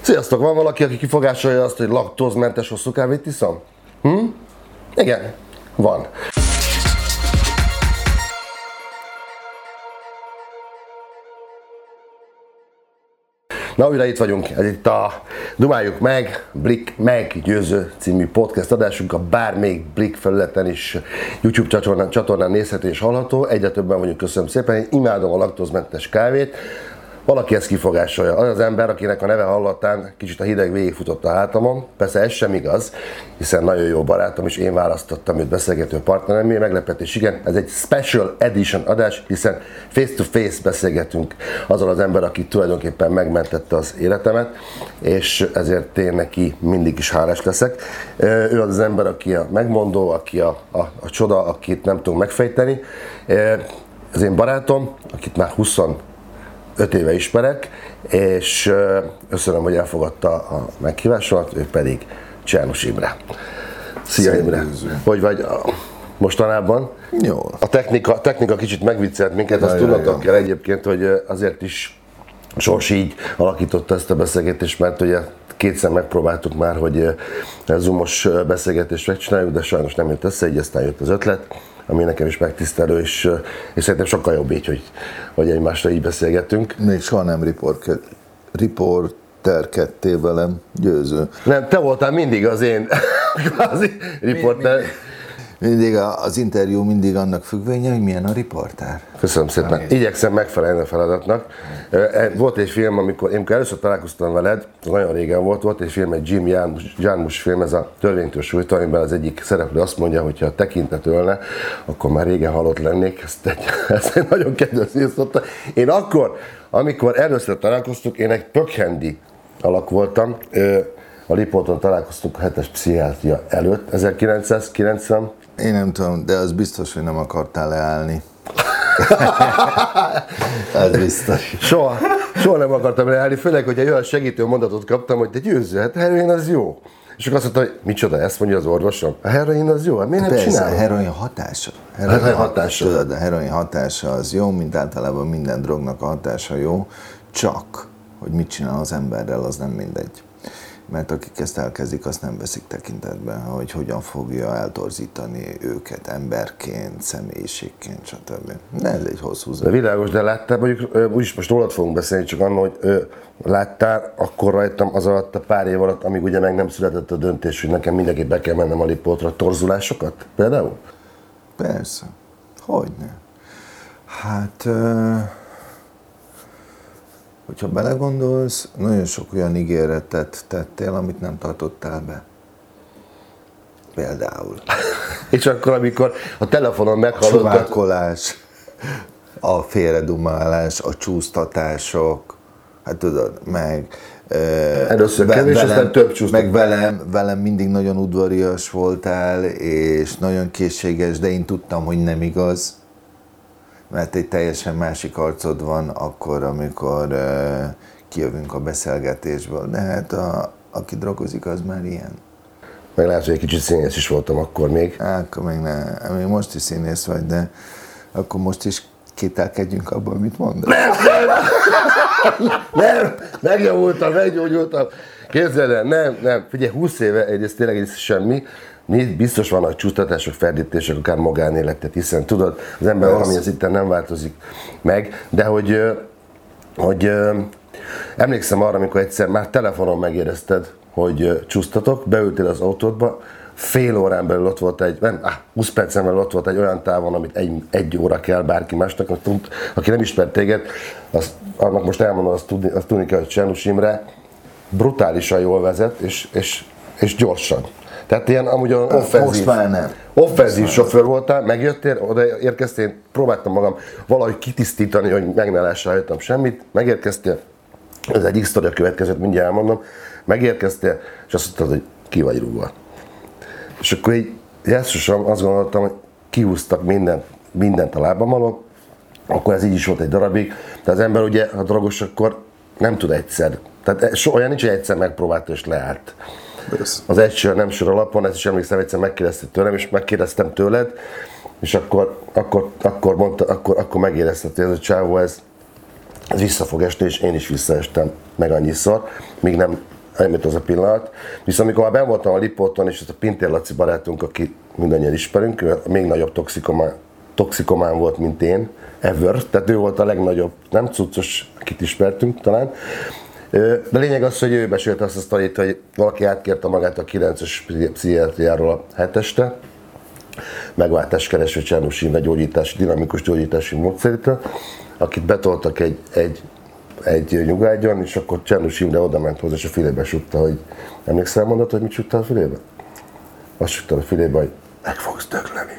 Sziasztok! Van valaki, aki kifogásolja azt, hogy laktózmentes hosszú kávét iszom? Igen, van. Na, újra itt vagyunk, ez itt a Dumáljuk meg, Blik meggyőző című podcast adásunk, a bármelyik Blik felületen is YouTube csatornán nézhető és hallható. Egyre többen vagyunk, köszönöm szépen, én imádom a laktózmentes kávét. Valaki ezt kifogásolja. Az az ember, akinek a neve hallatán kicsit a hideg végigfutott a hátamon. Persze ez sem igaz, hiszen nagyon jó barátom, és én választottam őt beszélgető partneremé. Meglepetés, igen, ez egy special edition adás, hiszen face-to-face beszélgetünk azzal az ember, aki tulajdonképpen megmentette az életemet, és ezért én neki mindig is hálás leszek. Ő az ember, aki a megmondó, aki a csoda, akit nem tudunk megfejteni. Ez én barátom, akit már 25 éve ismerek, és köszönöm, hogy elfogadta a meghívásomat, ő pedig Csernos Imre. Szia Imre! Hogy vagy mostanában? Jó. A technika kicsit megviccelt minket, azt tudnotok kell egyébként, hogy azért is sors így alakította ezt a beszélgetést, mert ugye kétszer megpróbáltuk már, hogy zoomos beszélgetést megcsináljuk, de sajnos nem jött össze, így aztán jött az ötlet, ami nekem is megtisztelő, és szerintem sokkal jobb így, hogy egymásra így beszélgetünk. Még soha nem riporterkedtél velem, Győző. Nem, te voltál mindig az én kvázi riporter. Mindig az interjú mindig annak függvénye, hogy milyen a riporter. Köszönöm szépen. Igyekszem megfelelni a feladatnak. Volt egy film, amikor először találkoztam veled, nagyon régen volt egy film, egy Jim Jarmusch film, ez a Törvénytől súlytól, amiben az egyik szereplő azt mondja, hogy ha a tekintet ölne, akkor már régen halott lennék. Ezt egy nagyon kedves észlottam. Én akkor, amikor először találkoztuk, én egy pökhendi alak voltam. A Lipóton találkoztunk a 7-es pszichiátria előtt, 1990. Én nem tudom, de az biztos, hogy nem akartál leállni. Ez biztos. Soha nem akartam leállni, főleg, hogy egy olyan segítő mondatot kaptam, hogy te Győző, hát heroin az jó. És akkor azt mondta, hogy micsoda, ezt mondja az orvosom? A heroin az jó, hát miért nem csinálom? A heroin hatása. Tudod, a heroin hatása az jó, mint általában minden drognak a hatása jó, csak, hogy mit csinál az emberrel, az nem mindegy. Mert akik ezt elkezdik, azt nem veszik tekintetbe, hogy hogyan fogja eltorzítani őket emberként, személyiségként, stb. De ez egy hosszú zene. De világos, de láttál, mondjuk úgyis most rólad fogunk beszélni, csak annak, hogy láttál akkor rajtam az alatt a pár év alatt, amíg ugye meg nem született a döntés, hogy nekem mindenki be kell mennem a Lipótra, torzulásokat például? Persze. Hogyne. Hát... Hogyha belegondolsz, nagyon sok olyan ígéretet tettél, amit nem tartottál be. Például. És akkor, amikor a telefonon meghallottad... A csuvákolás, a félredumálás, a csúsztatások, hát tudod, meg... Először kevés, aztán több csúsztatás. Meg velem mindig nagyon udvarias voltál, és nagyon készséges, de én tudtam, hogy nem igaz. Mert egy teljesen másik arcod van akkor, amikor kijövünk a beszélgetésből. De hát aki drogozik, az már ilyen. Meg lehet, hogy egy kicsit színész is voltam akkor még. Akkor még nem. Még most is színész vagy, de akkor most is kételkedjünk abban, amit mondasz. Nem, meggyógyultam. Képzeld el, nem. Figyelj, 20 éve, egyrészt tényleg ez semmi. Biztos vannak csúsztatások, ferdítések, akár magánéletet, hiszen tudod, az ember valami az itten nem változik meg, de hogy emlékszem arra, amikor egyszer már telefonon megérezted, hogy csúsztatok, beültél az autódba, fél órán belül ott volt 20 percen belül ott volt egy olyan távon, amit egy óra kell bárki másnak, aki nem ismert téged, annak most elmondom, azt tudni kell, hogy Csernos Imre brutálisan jól vezet, és gyorsan. Tehát ilyen amúgy offenzív sofőr voltál, megjöttél, oda érkeztél, próbáltam magam valahogy kitisztítani, hogy meg ne lássál rajtam semmit, megérkeztél, ez egy X-sztori a következőt, mindjárt elmondom, megérkeztél, és azt mondtad, hogy ki vagy rúgva. És akkor így jesszusom, azt gondoltam, hogy kihúztak mindent a lábam alól, akkor ez így is volt egy darabig, de az ember ugye, ha drogos, akkor nem tud egyszer. Tehát olyan nincs, hogy egyszer megpróbálta és leállt. Az egy sör, nem sör alapon, ezt is emlékszem, egyszer megkérdezted tőlem, és megkérdeztem tőled, és akkor megérezted, hogy ez a csávó, ez vissza fog esni, és én is visszaestem meg annyiszor, míg nem elmét az a pillanat. Viszont amikor már benn voltam a Lipóton, és ez a Pintér Laci barátunk, aki mindannyian ismerünk, ő még nagyobb toxikomán volt, mint én, ever, tehát ő volt a legnagyobb, nem cuccos, akit ismertünk talán. De lényeg az, hogy ő mesélte azt a sztorit, hogy valaki átkérte magát a 9-es pszichiátriáról a 7-esre, megváltáskereső Csernus Imre dinamikus gyógyítási módszerétől, akit betoltak egy nyugágyon, és akkor Csernus Imre oda ment hozzá, és a fülébe súgta, hogy emlékszel mondat, hogy mit súgtál a fülébe? Azt súgtál a fülébe, hogy meg fogsz dögleni.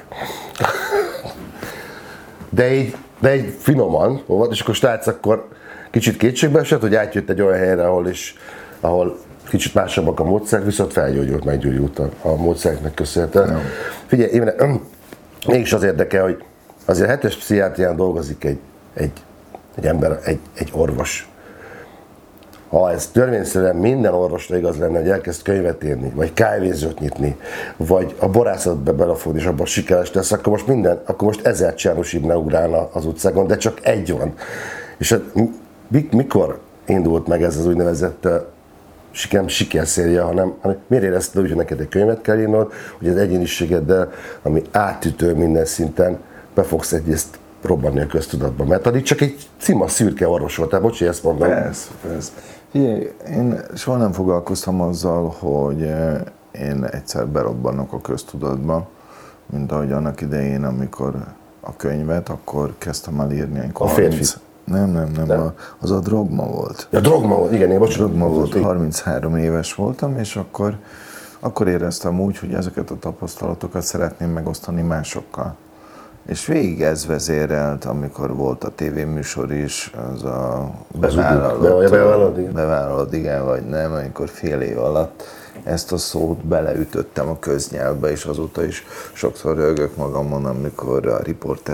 De így finoman volt, és akkor srác akkor kicsit kétségbe esett, hogy átjött egy olyan helyre, ahol kicsit másabbak a módszerek, viszont felgyógyult, meggyógyult a módszereknek köszönhetően. Figyelj, Imre, mégis az érdekel, hogy azért 7-es pszichiátrián dolgozik egy ember, egy orvos. Ha ez törvényszerűen minden orvosra igaz lenne, hogy elkezd könyvet írni, vagy kávézót nyitni, vagy a borászatba belefogni, és abban sikeres lesz, akkor most 1000 Csernus Imre ugrálna az utcákon, de csak egy van. És mikor indult meg ez az úgynevezett nem sikerszéria, hanem miért érezted úgy, hogy neked egy könyvet kell írnod, hogy az egyéniségeddel, ami átütő minden szinten, be fogsz egyrészt robbanni a köztudatba, mert addig csak egy cima szürke orvos voltál, bocsi, ezt mondom. Persze. Én soha nem foglalkoztam azzal, hogy én egyszer berobbanok a köztudatba, mint ahogy annak idején, amikor a könyvet, akkor kezdtem el írni. A férfi. Nem. Az a Drogma volt. A Drogma volt, igen, Drogma volt, 33 éves voltam, és akkor éreztem úgy, hogy ezeket a tapasztalatokat szeretném megosztani másokkal. És végig ez vezérelt, amikor volt a tévéműsor is, az a bevállalod, igen, vagy nem, amikor fél év alatt ezt a szót beleütöttem a köznyelvbe, és azóta is sokszor röhögök magamon, amikor a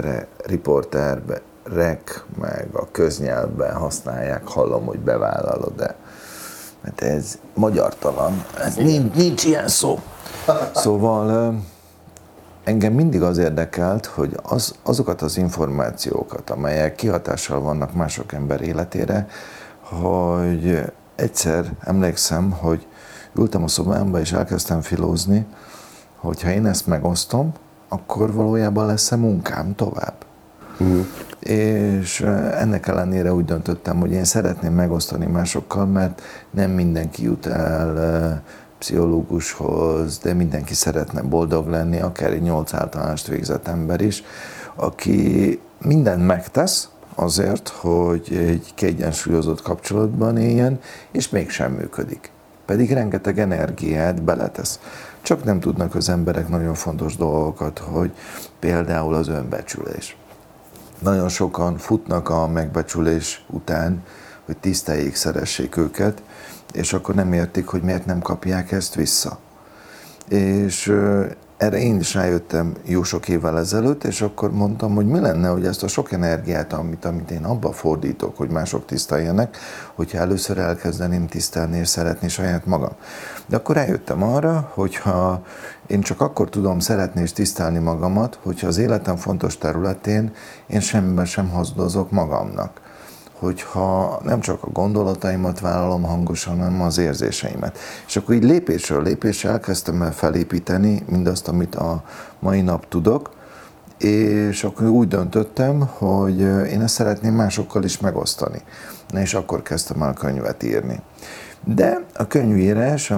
riporterek meg a köznyelvben használják, hallom, hogy bevállalod-e. Mert ez magyartalan, ez nincs ilyen szó. Szóval engem mindig az érdekelt, hogy azokat az információkat, amelyek kihatással vannak mások ember életére, hogy egyszer emlékszem, hogy ültem a szobámba és elkezdtem filózni, hogy ha én ezt megosztom, akkor valójában lesz-e munkám tovább. És ennek ellenére úgy döntöttem, hogy én szeretném megosztani másokkal, mert nem mindenki jut el pszichológushoz, de mindenki szeretne boldog lenni, akár egy 8 általánost végzett ember is, aki mindent megtesz azért, hogy egy kiegyensúlyozott kapcsolatban éljen, és mégsem működik. Pedig rengeteg energiát beletesz. Csak nem tudnak az emberek nagyon fontos dolgokat, hogy például az önbecsülés. Nagyon sokan futnak a megbecsülés után, hogy tiszteljék, szeressék őket, és akkor nem értik, hogy miért nem kapják ezt vissza. És erre én is rájöttem jó sok évvel ezelőtt, és akkor mondtam, hogy mi lenne, hogy ezt a sok energiát, amit én abba fordítok, hogy mások tiszteljenek, hogyha először elkezdeném tisztelni és szeretni saját magam. De akkor rájöttem arra, hogyha én csak akkor tudom szeretni és tisztelni magamat, hogyha az életem fontos területén én semmiben sem hazudozok magamnak. Hogyha nem csak a gondolataimat vállalom hangosan, hanem az érzéseimet. És akkor így lépésről lépésre elkezdtem el felépíteni mindazt, amit a mai nap tudok, és akkor úgy döntöttem, hogy én ezt szeretném másokkal is megosztani. És akkor kezdtem el könyvet írni. De a könyvírás,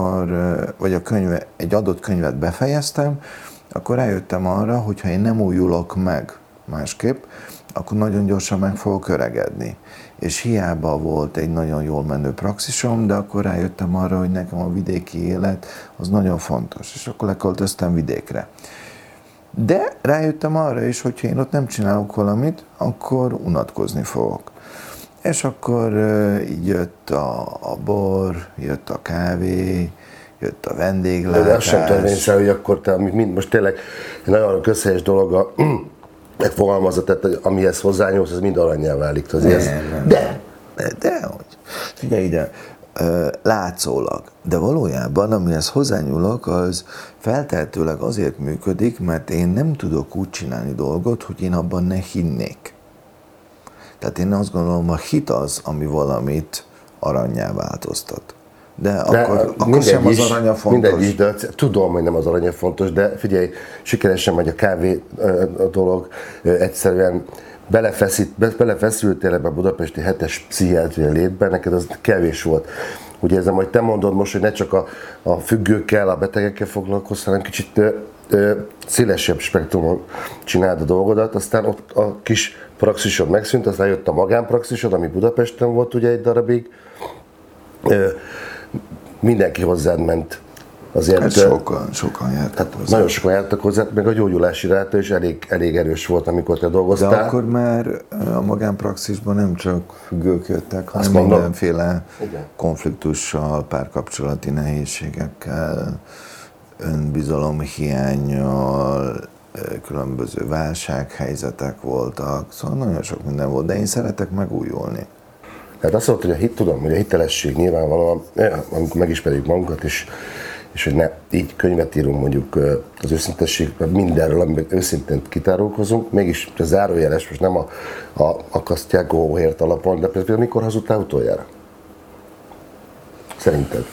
egy adott könyvet befejeztem, akkor rájöttem arra, hogy ha én nem újulok meg másképp, akkor nagyon gyorsan meg fogok öregedni. És hiába volt egy nagyon jól menő praxisom, de akkor rájöttem arra, hogy nekem a vidéki élet az nagyon fontos, és akkor leköltöztem vidékre. De rájöttem arra is, hogy ha én ott nem csinálok valamit, akkor unatkozni fogok. És akkor így jött a bor, jött a kávé, jött a vendéglátás. De az sem törvényszerű, hogy akkor te, most tényleg egy nagyon közhelyes dolog a megfogalmazat, tehát amihez hozzányúlsz, ez mind arannyá válik. Dehogy. Figyelj ide, látszólag. De valójában, amihez hozzányúlok, az feltehetőleg azért működik, mert én nem tudok úgy csinálni dolgot, hogy én abban ne hinnék. Tehát én azt gondolom, a hit az, ami valamit arannyá változtat. De akkor sem az aranya fontos. Mindegy is, de tudom, hogy nem az aranya fontos, de figyelj, sikeresen megy a kávé dolog, egyszerűen belefeszültél ebbe a budapesti 7-es pszichiátriai létbe, neked az kevés volt. Ugye ez, ahogy te mondod most, hogy ne csak a függőkkel, a betegekkel foglalkozz, hanem kicsit szélesebb spektrumon csináld a dolgodat, aztán ott a kis praxisod megszűnt, aztán jött a magánpraxisod, ami Budapesten volt ugye egy darabig. Mindenki hozzád ment. Azért, hát sokan jártak hozzá. Nagyon sokan jártak hozzá, meg a gyógyulási ráta is elég erős volt, amikor te dolgoztál. De akkor már a magánpraxisban nem csak függők jöttek, hanem mindenféle konfliktussal, párkapcsolati nehézségekkel, önbizalomhiánnyal, különböző válsághelyzetek voltak, szóval nagyon sok minden volt, de én szeretek megújulni. Tehát azt mondta, hogy tudom, hogy a hitelesség nyilvánvalóan, amikor megismerjük magunkat, és hogy ne így könyvet írunk mondjuk az őszintesség, mindenről, amiben őszintén kitárulkozunk, mégis a zárójeles, most nem a akasztják hóhért alapon, de például mikor hazudtál utoljára? Szerinted?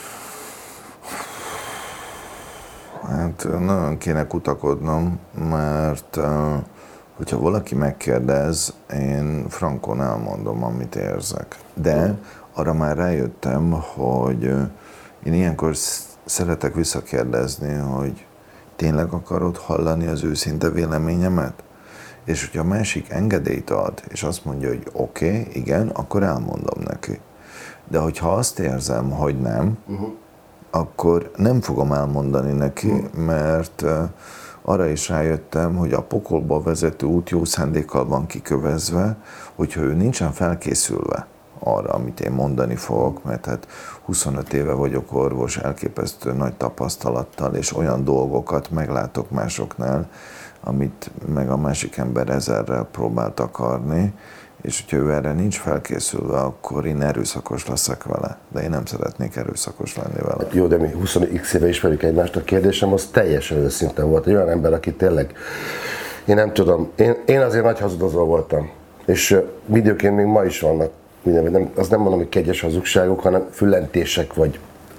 Hát nagyon kéne kutakodnom, mert hogyha valaki megkérdez, én frankon elmondom, amit érzek. De arra már rájöttem, hogy én ilyenkor szeretek visszakérdezni, hogy tényleg akarod hallani az őszinte véleményemet? És hogyha a másik engedélyt ad, és azt mondja, hogy oké, igen, akkor elmondom neki. De hogyha azt érzem, hogy nem, akkor nem fogom elmondani neki, mert arra is rájöttem, hogy a pokolba vezető út jó szándékkal van kikövezve, hogyha ő nincsen felkészülve arra, amit én mondani fogok, mert hát 25 éve vagyok orvos, elképesztő nagy tapasztalattal, és olyan dolgokat meglátok másoknál, amit meg a másik ember ezerrel próbál takarni, és hogyha ő erre nincs felkészülve, akkor én erőszakos leszek vele. De én nem szeretnék erőszakos lenni vele. Hát jó, de mi 20x éve ismerjük egymást, a kérdésem az teljesen őszinte volt. Egy olyan ember, aki tényleg, én nem tudom, én azért nagy hazudozó voltam. És időként még ma is vannak, azt nem mondom, hogy kegyes hazugságok, hanem füllentések, vagy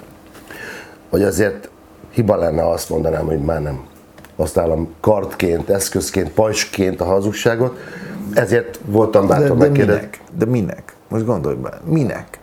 azért hiba lenne, azt mondanám, hogy már nem használom kardként, eszközként, pajsként a hazugságot. Ezért voltam bátor megkérdezni. De minek? Most gondolj be, minek?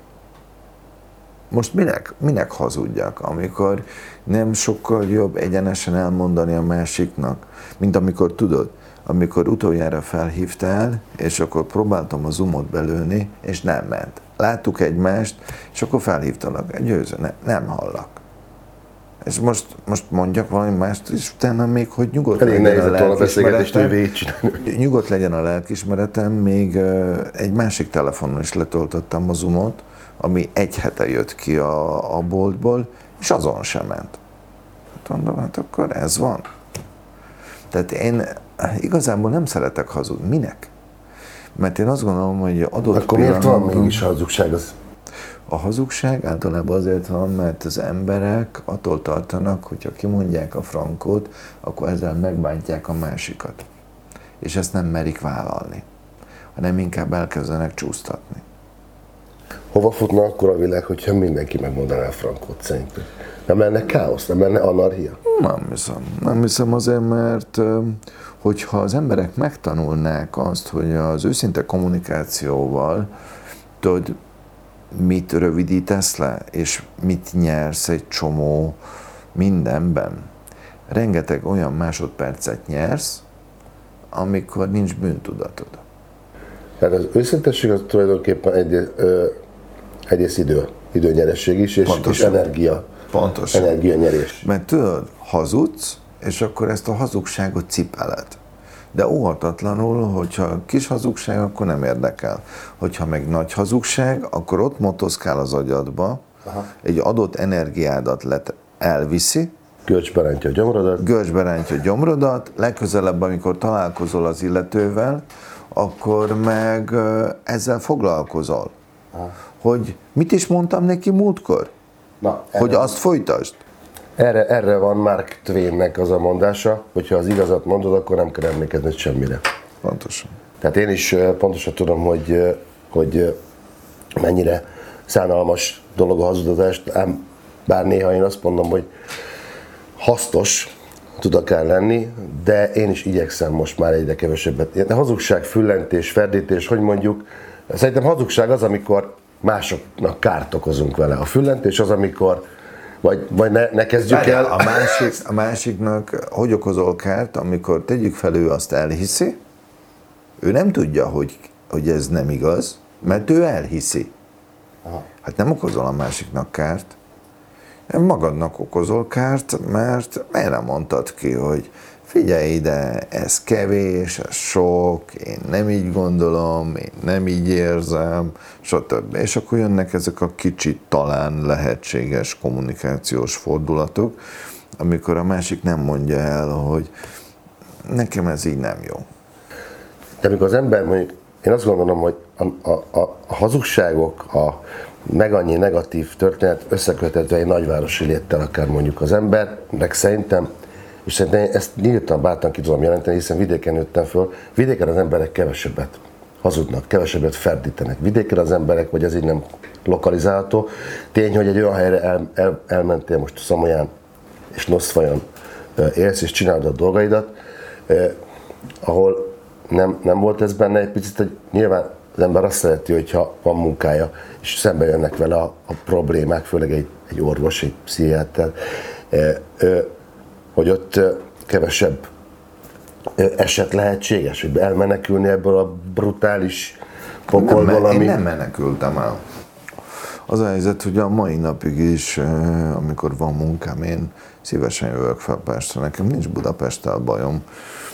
Most minek hazudjak, amikor nem sokkal jobb egyenesen elmondani a másiknak, mint amikor tudod, amikor utoljára felhívtál, és akkor próbáltam a zoomot belőni, és nem ment. Láttuk egymást, és akkor felhívtalak, győző, nem hallak. És most mondjak valami mást, és utána még, hogy nyugodt legyen a lelkiismeretem. Nyugodt legyen a lelkiismeretem, még egy másik telefonon is letöltöttem a Zoomot, ami egy hete jött ki a boltból, és azon sem ment. Hát mondom, hát akkor ez van. Tehát én igazából nem szeretek hazudni. Minek? Mert én azt gondolom, hogy adott akkor miért van mégis a hazugság? A hazugság általában azért van, mert az emberek attól tartanak, hogyha kimondják a frankót, akkor ezzel megbántják a másikat. És ezt nem merik vállalni, hanem inkább elkezdenek csúsztatni. Hova futna akkor a világ, hogyha mindenki megmondaná a frankót szerintem? Nem lenne káosz, nem lenne anarchia? Nem hiszem azért, mert hogyha az emberek megtanulnák azt, hogy az őszinte kommunikációval tudod, mit rövidítesz le, és mit nyersz egy csomó mindenben. Rengeteg olyan másodpercet nyersz, amikor nincs bűntudatod. Tehát az őszintesség az tulajdonképpen egyrészt időnyeresség is, és energia. Pontosan. Energianyerés. Mert tudod, hazudsz, és akkor ezt a hazugságot cipeled. De óhatatlanul, hogyha kis hazugság, akkor nem érdekel. Hogyha meg nagy hazugság, akkor ott motoszkál az agyadba, egy adott energiádat elviszi, görcsbe rántja a gyomrodat, legközelebb, amikor találkozol az illetővel, akkor meg ezzel foglalkozol. Hogy mit is mondtam neki múltkor? Hogy azt folytasd. Erre van Mark Twainnek az a mondása, hogyha az igazat mondod, akkor nem kell emlékezni semmire. Pontosan. Tehát én is pontosan tudom, hogy mennyire szánalmas dolog a hazudozás, ám bár néha én azt mondom, hogy hasznos tud akár lenni, de én is igyekszem most már egyre kevesebbet. A hazugság, füllentés, ferdítés, hogy mondjuk, szerintem hazugság az, amikor másoknak kárt okozunk vele. A füllentés az, amikor vagy ne kezdjük el. A másiknak hogy okozol kárt, amikor tegyük fel, ő azt elhiszi, ő nem tudja, hogy ez nem igaz, mert ő elhiszi. Aha. Hát nem okozol a másiknak kárt, magadnak okozol kárt, mert nem mondtad ki, hogy figyelj ide, ez kevés, ez sok, én nem így gondolom, én nem így érzem, stb. És akkor jönnek ezek a kicsit talán lehetséges kommunikációs fordulatok, amikor a másik nem mondja el, hogy nekem ez így nem jó. De amikor az ember, mondjuk, én azt gondolom, hogy a hazugságok, meg annyi negatív történet összekötetve egy nagyvárosi léttel akár mondjuk az embernek szerintem, és szerintem ezt nyíltan bátran ki tudom jelenteni, hiszen vidéken nőttem föl, vidéken az emberek kevesebbet hazudnak, kevesebbet ferdítenek. Vidéken az emberek, vagy ez így nem lokalizálható. Tény, hogy egy olyan helyre elmentél most Szamolyán és Noszfajon élsz és csinálod a dolgaidat, ahol nem volt ez benne egy picit, hogy nyilván az ember azt szereti, hogyha van munkája, és szembe jönnek vele a problémák, főleg egy orvos, egy pszichiáter, hogy ott kevesebb eset lehetséges, hogy elmenekülni ebből a brutális pokolból, Én nem menekültem el. Az a helyzet, hogy a mai napig is, amikor van munkám, én szívesen jövök fel Pestre. Nekem nincs Budapesttel bajom.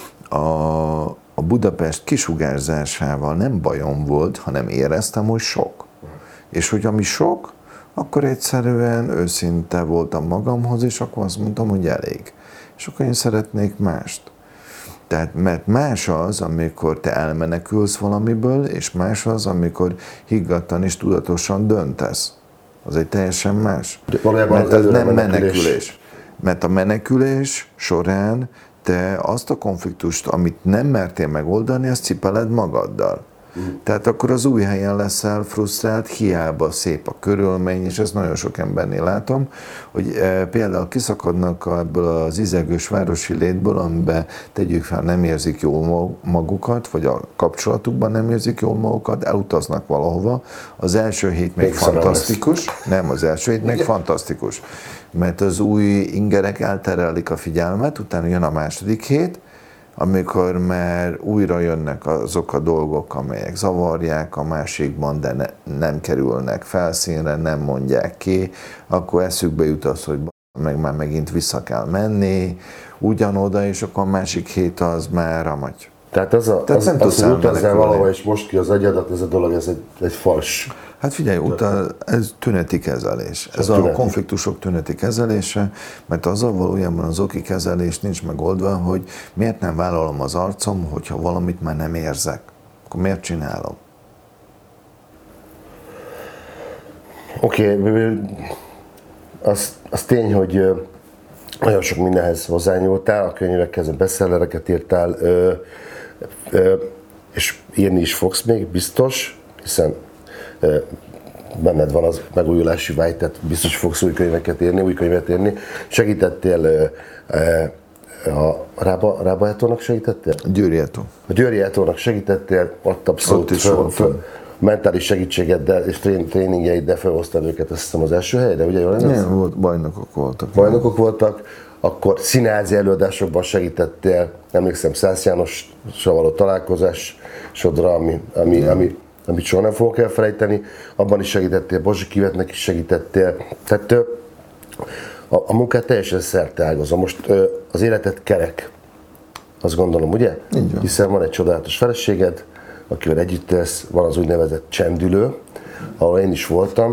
A Budapest kisugárzásával nem bajom volt, hanem éreztem, hogy sok. És hogy ami sok, akkor egyszerűen őszinte voltam magamhoz, és akkor azt mondtam, hogy elég. És akkor én szeretnék mást. Tehát, mert más az, amikor te elmenekülsz valamiből, és más az, amikor higgadtan és tudatosan döntesz. Az egy teljesen más. Mert ez nem menekülés. Mert a menekülés során te azt a konfliktust, amit nem mertél megoldani, azt cipeled magaddal. Tehát akkor az új helyen leszel frusztrált, hiába szép a körülmény, és ezt nagyon sok embernél látom, hogy például kiszakadnak ebből az izegős városi létből, amiben tegyük fel, nem érzik jól magukat, vagy a kapcsolatukban nem érzik jól magukat, elutaznak valahova. Az első hét még fantasztikus, nem az első hét, még fantasztikus, mert az új ingerek elterelik a figyelmet, utána jön a második hét, amikor már újra jönnek azok a dolgok, amelyek zavarják a másikban, de nem kerülnek felszínre, nem mondják ki, akkor eszükbe jut az, hogy már megint vissza kell menni, ugyanoda, és akkor a másik hét az már a magy. Tehát az hogy utazzál valahol, és most ki az agyadat, ez a dolog, ez egy fals. Hát figyelj, ez tüneti kezelés. Ez a konfliktusok tüneti kezelése, mert azzal valójában az oki kezelés nincs megoldva, hogy miért nem vállalom az arcom, hogyha valamit már nem érzek. Akkor miért csinálom? Oké, az tény, hogy nagyon sok mindenhez hozzányúltál, a könyvekhez, a bestsellereket írtál, és írni is fogsz még, biztos, hiszen benned van az megújulási vágy, tehát biztos fogsz új könyvet írni. Segítettél a Rába Etónak segítettél? Győri Etó. A Győri Etónak segítettél, ott abszolút mentális segítségeddel és tréningjeiddel felhoztad őket, azt hiszem az első helyre, ugye jól lenne? Nem, bajnokok voltak. Bajnokok voltak, akkor színházi előadásokban segítettél, emlékszem Szász Jánossal való találkozásodra, amit soha nem fogok elfelejteni, abban is segítettél, Bozsi Kivetnek is segítettél, tehát a munkát teljesen szerteágazó. Most az életed kerek, azt gondolom, ugye? Így van. Hiszen van egy csodálatos feleséged, akivel együtt élsz, van az úgynevezett csendülő, ahol én is voltam.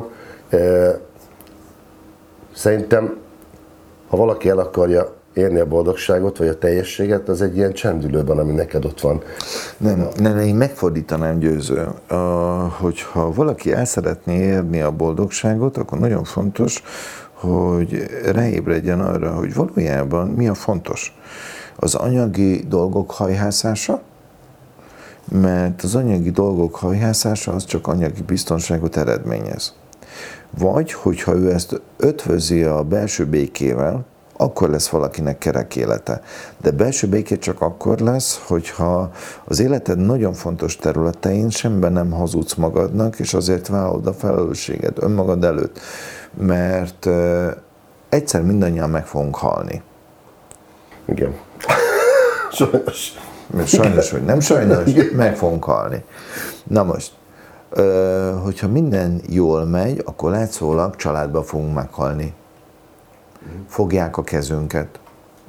Szerintem, ha valaki el akarja érni a boldogságot, vagy a teljességet, az egy ilyen csendülőben, ami neked ott van. Nem, én megfordítanám, Győző. Hogyha valaki el szeretné érni a boldogságot, akkor nagyon fontos, hogy ráébredjen arra, hogy valójában mi a fontos. Az anyagi dolgok hajhászása, mert az anyagi dolgok hajhászása az csak anyagi biztonságot eredményez. Vagy, hogyha ő ezt ötvözi a belső békével, akkor lesz valakinek kerek élete. De belső béké csak akkor lesz, hogyha az életed nagyon fontos területein semmiben nem hazudsz magadnak, és azért vállalod a felelősséged önmagad előtt. Mert egyszer mindannyian meg fogunk halni. Igen. Sajnos. Sajnos, vagy nem sajnos, meg fogunk halni. Na most, hogyha minden jól megy, akkor látszólag családba fogunk meghalni. Fogják a kezünket.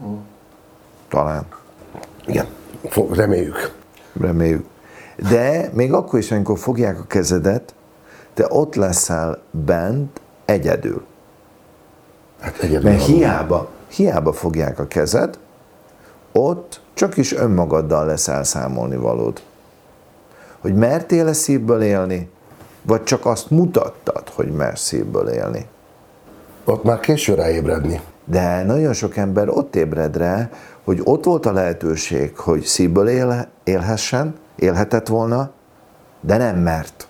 Talán. Igen. Reméljük. Reméljük. De még akkor is, amikor fogják a kezedet, te ott leszel bent egyedül. Hát egyedül. Mert hiába fogják a kezed, ott csak is önmagaddal lesz elszámolni valód. Hogy mertél-e szívből élni, vagy csak azt mutattad, hogy mersz szívből élni. Ott már késő ráébredni. De nagyon sok ember ott ébred rá, hogy ott volt a lehetőség, hogy szívből élhetett volna, de nem mert.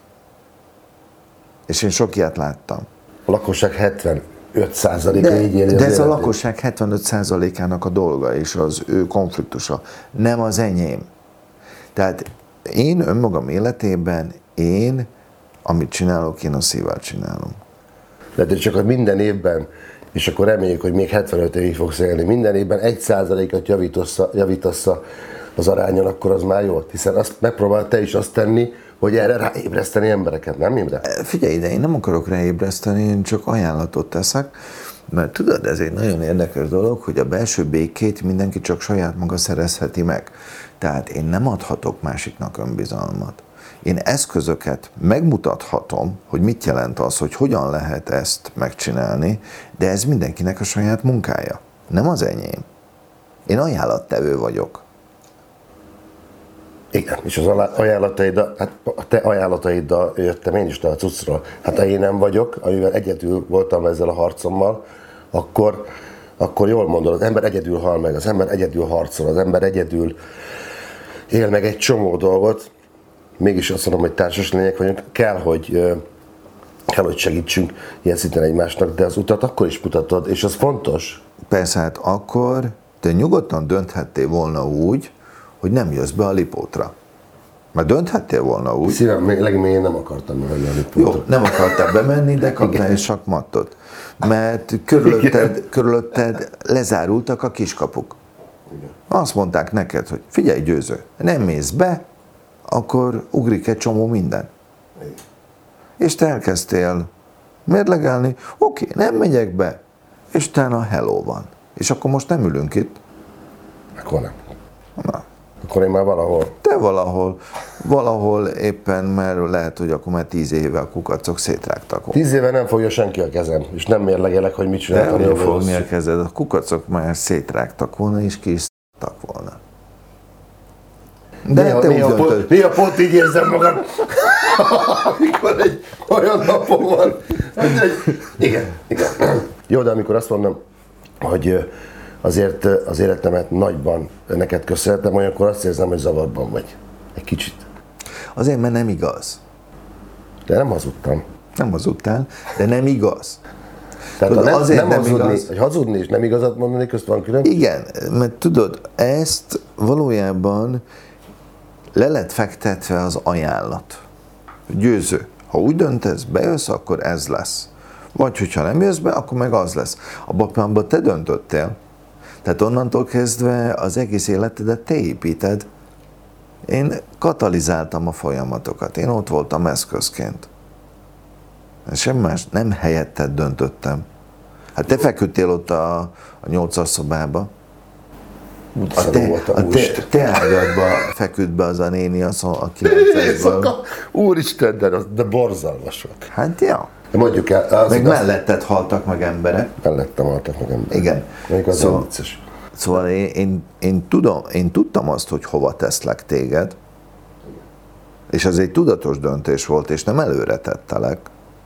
És én sok ilyet láttam. A lakosság 75%-a így éli az De ez életét. a lakosság 75%-ának a dolga és az ő konfliktusa, nem az enyém. Tehát én önmagam életében, amit csinálok, én a szívvel csinálom. De csak minden évben, és akkor reméljük, hogy még 75 évig fogsz élni, minden évben 1%-at javítasz az arányon, akkor az már jó. Hiszen azt megpróbál te is azt tenni, hogy erre ráébreszteni embereket, nem Imre? Figyelj ide, én nem akarok ráébreszteni, én csak ajánlatot teszek, mert tudod, ez egy nagyon érdekes dolog, hogy a belső békét mindenki csak saját maga szerezheti meg. Tehát én nem adhatok másiknak önbizalmat. Én eszközöket megmutathatom, hogy mit jelent az, hogy hogyan lehet ezt megcsinálni, de ez mindenkinek a saját munkája, nem az enyém. Én ajánlattevő vagyok. Igen, és az ajánlataiddal, hát a te ajánlataiddal jöttem én is te a cuccról. Hát ha én nem vagyok, amivel egyedül voltam ezzel a harcommal, akkor jól mondod, az ember egyedül hal meg, az ember egyedül harcol, az ember egyedül él meg egy csomó dolgot, mégis azt mondom, hogy társas lények vagyunk, kell, hogy segítsünk ilyen szinten egymásnak, de az utat akkor is mutatod, és az fontos. Persze, hát akkor te nyugodtan dönthettél volna úgy, hogy nem jössz be a Lipótra. Mert dönthettél volna úgy. Szívem, még legmélyén nem akartam bemenni a Lipótra. Jó, nem akartál bemenni, de kaptál egy sakmattot. Mert körülötted lezárultak a kiskapuk. Igen. Azt mondták neked, hogy figyelj Győző, nem mész be, akkor ugrik egy csomó minden. Igen. És te elkezdtél mérlegelni, oké, nem megyek be, és utána hello van. És akkor most nem ülünk itt. Akkor nem. Na. Akkor én már valahol. Te valahol éppen, mert lehet, hogy akkor már 10 éve a kukacok szétrágtak volna. 10 éve nem fogja senki a kezem, és nem mérlegelek, hogy mit De csináltam. nem fogni a kezed, a kukacok már szétrágtak volna, és ki is szétrágtak volna. De te úgy döntöd. Néha pont így érzem magam, amikor egy olyan napom van. Igen. Jó, de amikor azt mondom, hogy azért az életemet nagyban neked köszönhetem, olyankor azt érzem, hogy zavarban vagy. Egy kicsit. Azért, mert nem igaz. De nem hazudtam. Nem hazudtál, de nem igaz. Tehát tudod, nem hazudni, hogy hazudni és nem igazat mondani, közt van külön? Igen, mert tudod, ezt valójában le lett fektetve az ajánlat. Győző, ha úgy döntesz, bejössz, akkor ez lesz. Vagy hogyha nem jössz be, akkor meg az lesz. Abban a pillanatban te döntöttél. Tehát onnantól kezdve az egész életedet te építed. Én katalizáltam a folyamatokat. Én ott voltam eszközként. Semmi más, nem helyetted döntöttem. Hát te feküdtél ott a 8-as szobába. A te ágyadba feküdt be az a néni, a 9-esből. Úristen, de borzalmas volt. Hát ja. De mondjuk el, meg melletted haltak meg emberek. Mellettem haltak meg emberek. Igen. Még az szóval, vicces. Szóval én tudtam azt, hogy hova teszlek téged, és ez egy tudatos döntés volt, és nem előre tettelek.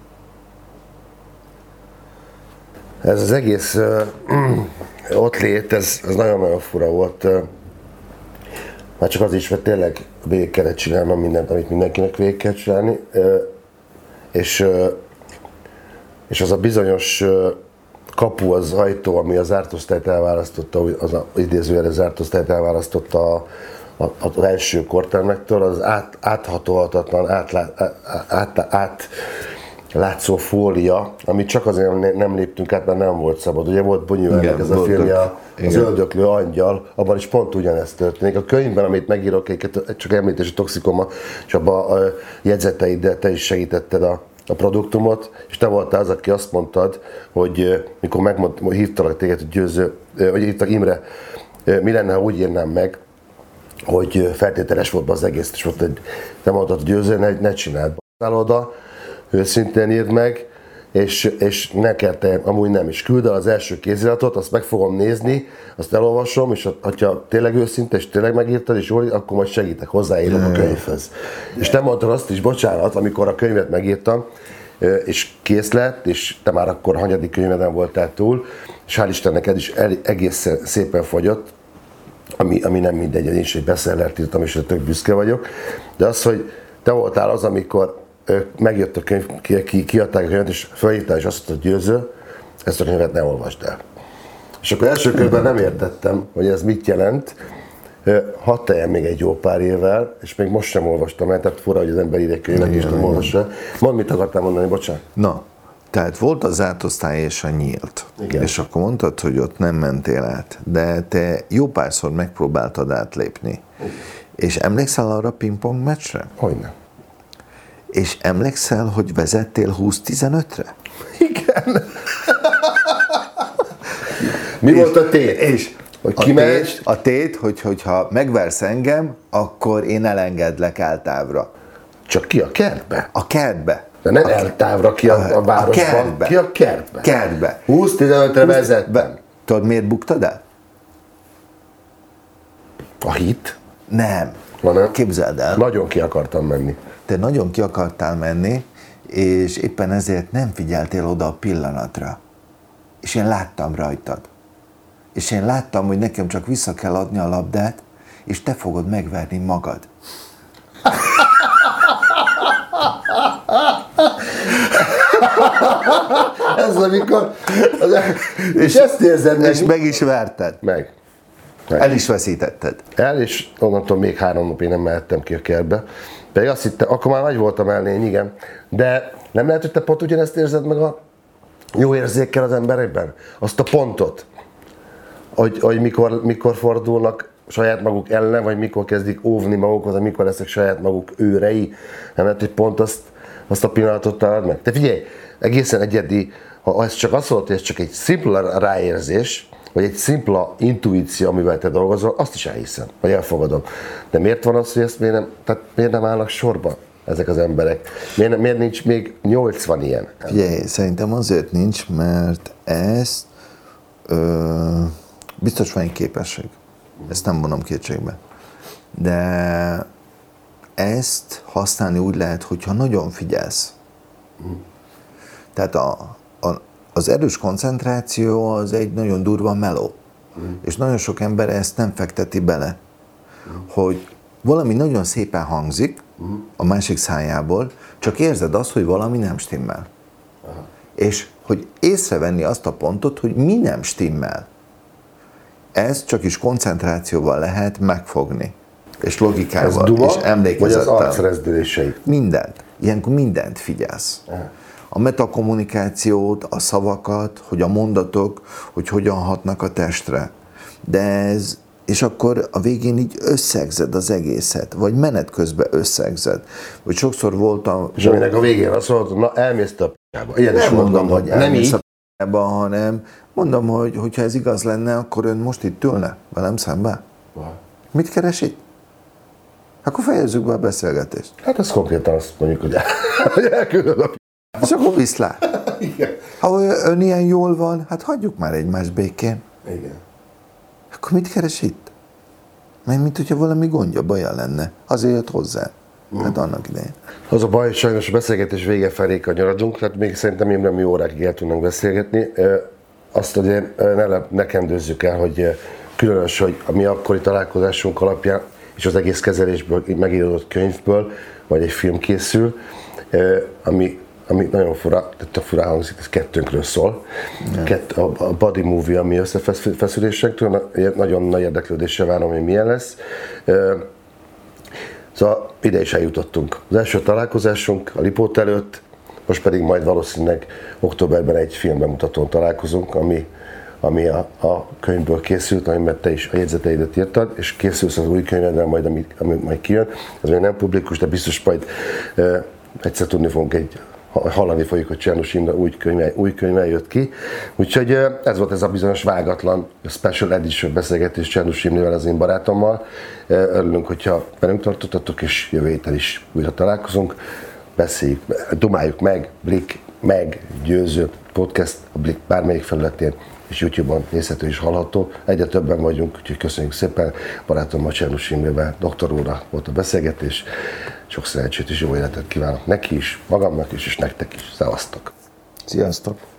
Ez az egész ott lét, ez nagyon-nagyon fura volt. Már csak az is, mert tényleg végig kellett csinálnom mindent, amit mindenkinek végig kell csinálni. És és az a bizonyos kapu, az ajtó, ami az zárt osztályt elválasztotta, az idézőjelre zárt osztályt elválasztotta az első kortermektől, az áthatolhatatlan, átlátszó fólia, amit csak azért nem léptünk át, mert nem volt szabad. Ugye volt Bunyuelnek ez a filmje, az Öldöklő angyal, abban is pont ugyanezt történik. A könyvben, amit megírok, csak említési toxikoma, és abban a jegyzeteiddel te is segítetted a produktumot, és te voltál az, aki azt mondtad, hogy mikor hívtalak téged, hogy Győző, hogy hívtak Imre, mi lenne, ha úgy írnám meg, hogy feltételes volt az egész, és volt te mondtad, hogy Győző, ne csináld. Oda, őszintén írd meg, és neked te amúgy nem is. Küld el az első kéziratot, azt meg fogom nézni, azt elolvasom, és ha tényleg őszinte, és tényleg megírtad, és jól, akkor majd segítek, hozzáírom a könyvhöz. És te mondtad azt is, bocsánat, amikor a könyvet megírtam, és kész lett, és te már akkor hanyadik könyveden voltál túl, és hál' Isten neked is egész szépen fogyott, ami nem mindegy, én is egy bestseller írtam, és tök büszke vagyok, de az, hogy te voltál az, amikor megjött a könyv, kiadták a könyvet, és felhívtál, és azt mondta, hogy Győző, ezt a könyvet ne olvasd el. És akkor első körben nem értettem, hogy ez mit jelent. Hadd teljen még egy jó pár évvel, és még most sem olvastam el, tehát fura, hogy az ember ide könyvet és nem olvassa. Mondd, mit akartál mondani, bocsánat. Na, tehát volt az átosztály és a nyílt. Igen. És akkor mondtad, hogy ott nem mentél át, de te jó párszor megpróbáltad átlépni. És emlékszel arra a pingpong meccsre? Hogyne. És emlékszel, hogy vezettél 20-15-re? Igen. Mi volt a tét? És a tét, hogyha megversz engem, akkor én elengedlek eltávra. Csak ki a kertbe? A kertbe. De nem eltávra, ki a városban, kertbe. Ki a kertbe. Kertbe. 20-15-re vezettem. Tudod, miért buktad el? A hit? Nem. Képzeld el. Nagyon ki akartam menni. Te nagyon ki akartál menni, és éppen ezért nem figyeltél oda a pillanatra. És én láttam rajtad. És én láttam, hogy nekem csak vissza kell adni a labdát, és te fogod megverni magad. Ez amikor... És ezt érzed meg. És meg is verted. Meg. El is veszítetted. És onnantól még 3 napig nem mehettem ki a kertbe. Pedig azt hittem, akkor már nagy voltam elnény, igen. De nem lehet, hogy te pont ugyanezt érzed meg a jó érzékkel az emberekben? Azt a pontot, hogy mikor fordulnak saját maguk ellen, vagy mikor kezdik óvni magukat, vagy mikor lesznek saját maguk őrei. Nem lehet, hogy pont azt a pillanatot találod meg. Te figyelj, egészen egyedi, ha ez csak azt mondod, hogy ez csak egy szimpla ráérzés, vagy egy szimpla intuíció, amivel te dolgozol, azt is elhiszem, vagy elfogadom. De miért van az, hogy ezt miért nem állnak sorba ezek az emberek? Miért nincs még 80 ilyen? Figyelj, szerintem azért nincs, mert ezt biztos van egy képesség. Ezt nem vonom kétségbe. De ezt használni úgy lehet, hogyha nagyon figyelsz. Tehát az erős koncentráció az egy nagyon durva meló. És nagyon sok ember ezt nem fekteti bele. Hogy valami nagyon szépen hangzik a másik szájából, csak érzed azt, hogy valami nem stimmel. És hogy észrevenni azt a pontot, hogy mi nem stimmel. Ez csak is koncentrációval lehet megfogni. És logikával, duma, és emlékezettel. Vagy az arcrezdülései? Mindent. Ilyenkor mindent figyelsz. A metakommunikációt, a szavakat, hogy a mondatok, hogy hogyan hatnak a testre. És akkor a végén így összegzed az egészet, vagy menet közben összegzed. Vagy sokszor voltam... És aminek a végén azt mondod, na elmész a p***ába. Ilyen nem mondom, hogy elmész a p***ába, hanem mondom, hogy hogyha ez igaz lenne, akkor ön most itt ülne velem szembe. Mit keres itt? Akkor fejezzük be a beszélgetést. Hát ez konkrétan azt mondjuk, hogy elküldöd a p***ába. És akkor viszlát. Ha ön ilyen jól van, hát hagyjuk már egymást békén. Igen. Akkor mit keres itt? Mert mint hogyha valami gondja, baja lenne. Azért jött hozzá. Hát annak idején. Az a baj, hogy sajnos a beszélgetés vége felé kanyarodunk, tehát még szerintem én nem jó órákig el tudnánk beszélgetni. Azt ugye ne kendőzzük el, hogy különös, hogy a mi akkori találkozásunk alapján, és az egész kezelésből, megíródott könyvből, vagy egy film készül, ami ami nagyon fura, tök fura hangzik, ez kettőnkről szól. A Body Movie, ami összefeszülésektől, nagyon nagy érdeklődéssel várom, hogy milyen lesz. Szóval ide is eljutottunk. Az első találkozásunk a Lipót előtt, most pedig majd valószínűleg októberben egy filmbemutatón találkozunk, ami a könyvből készült, amiben te is a jegyzeteidet írtad, és készülsz az új könyvedre, ami majd kijön. Ez még nem publikus, de biztos majd egyszer tudni fogunk hallani fogjuk, hogy Csernos Imre új könyve jött ki. Úgyhogy ez volt ez a bizonyos vágatlan special edition beszélgetés Csernos Imrével, az én barátommal. Örülünk, hogyha velünk tartottatok, és jövő héten is újra találkozunk. Beszéljük, dumáljuk meg, Blik meggyőző podcast a Blik bármelyik felületén, és YouTube-on nézhető és hallható. Egyre többen vagyunk, úgyhogy köszönjük szépen. Barátommal Csernos Imrével, doktor úrral volt a beszélgetés. Sok szerencsét és jó életet kívánok neki is, magamnak is, és nektek is. Szevasztok! Sziasztok!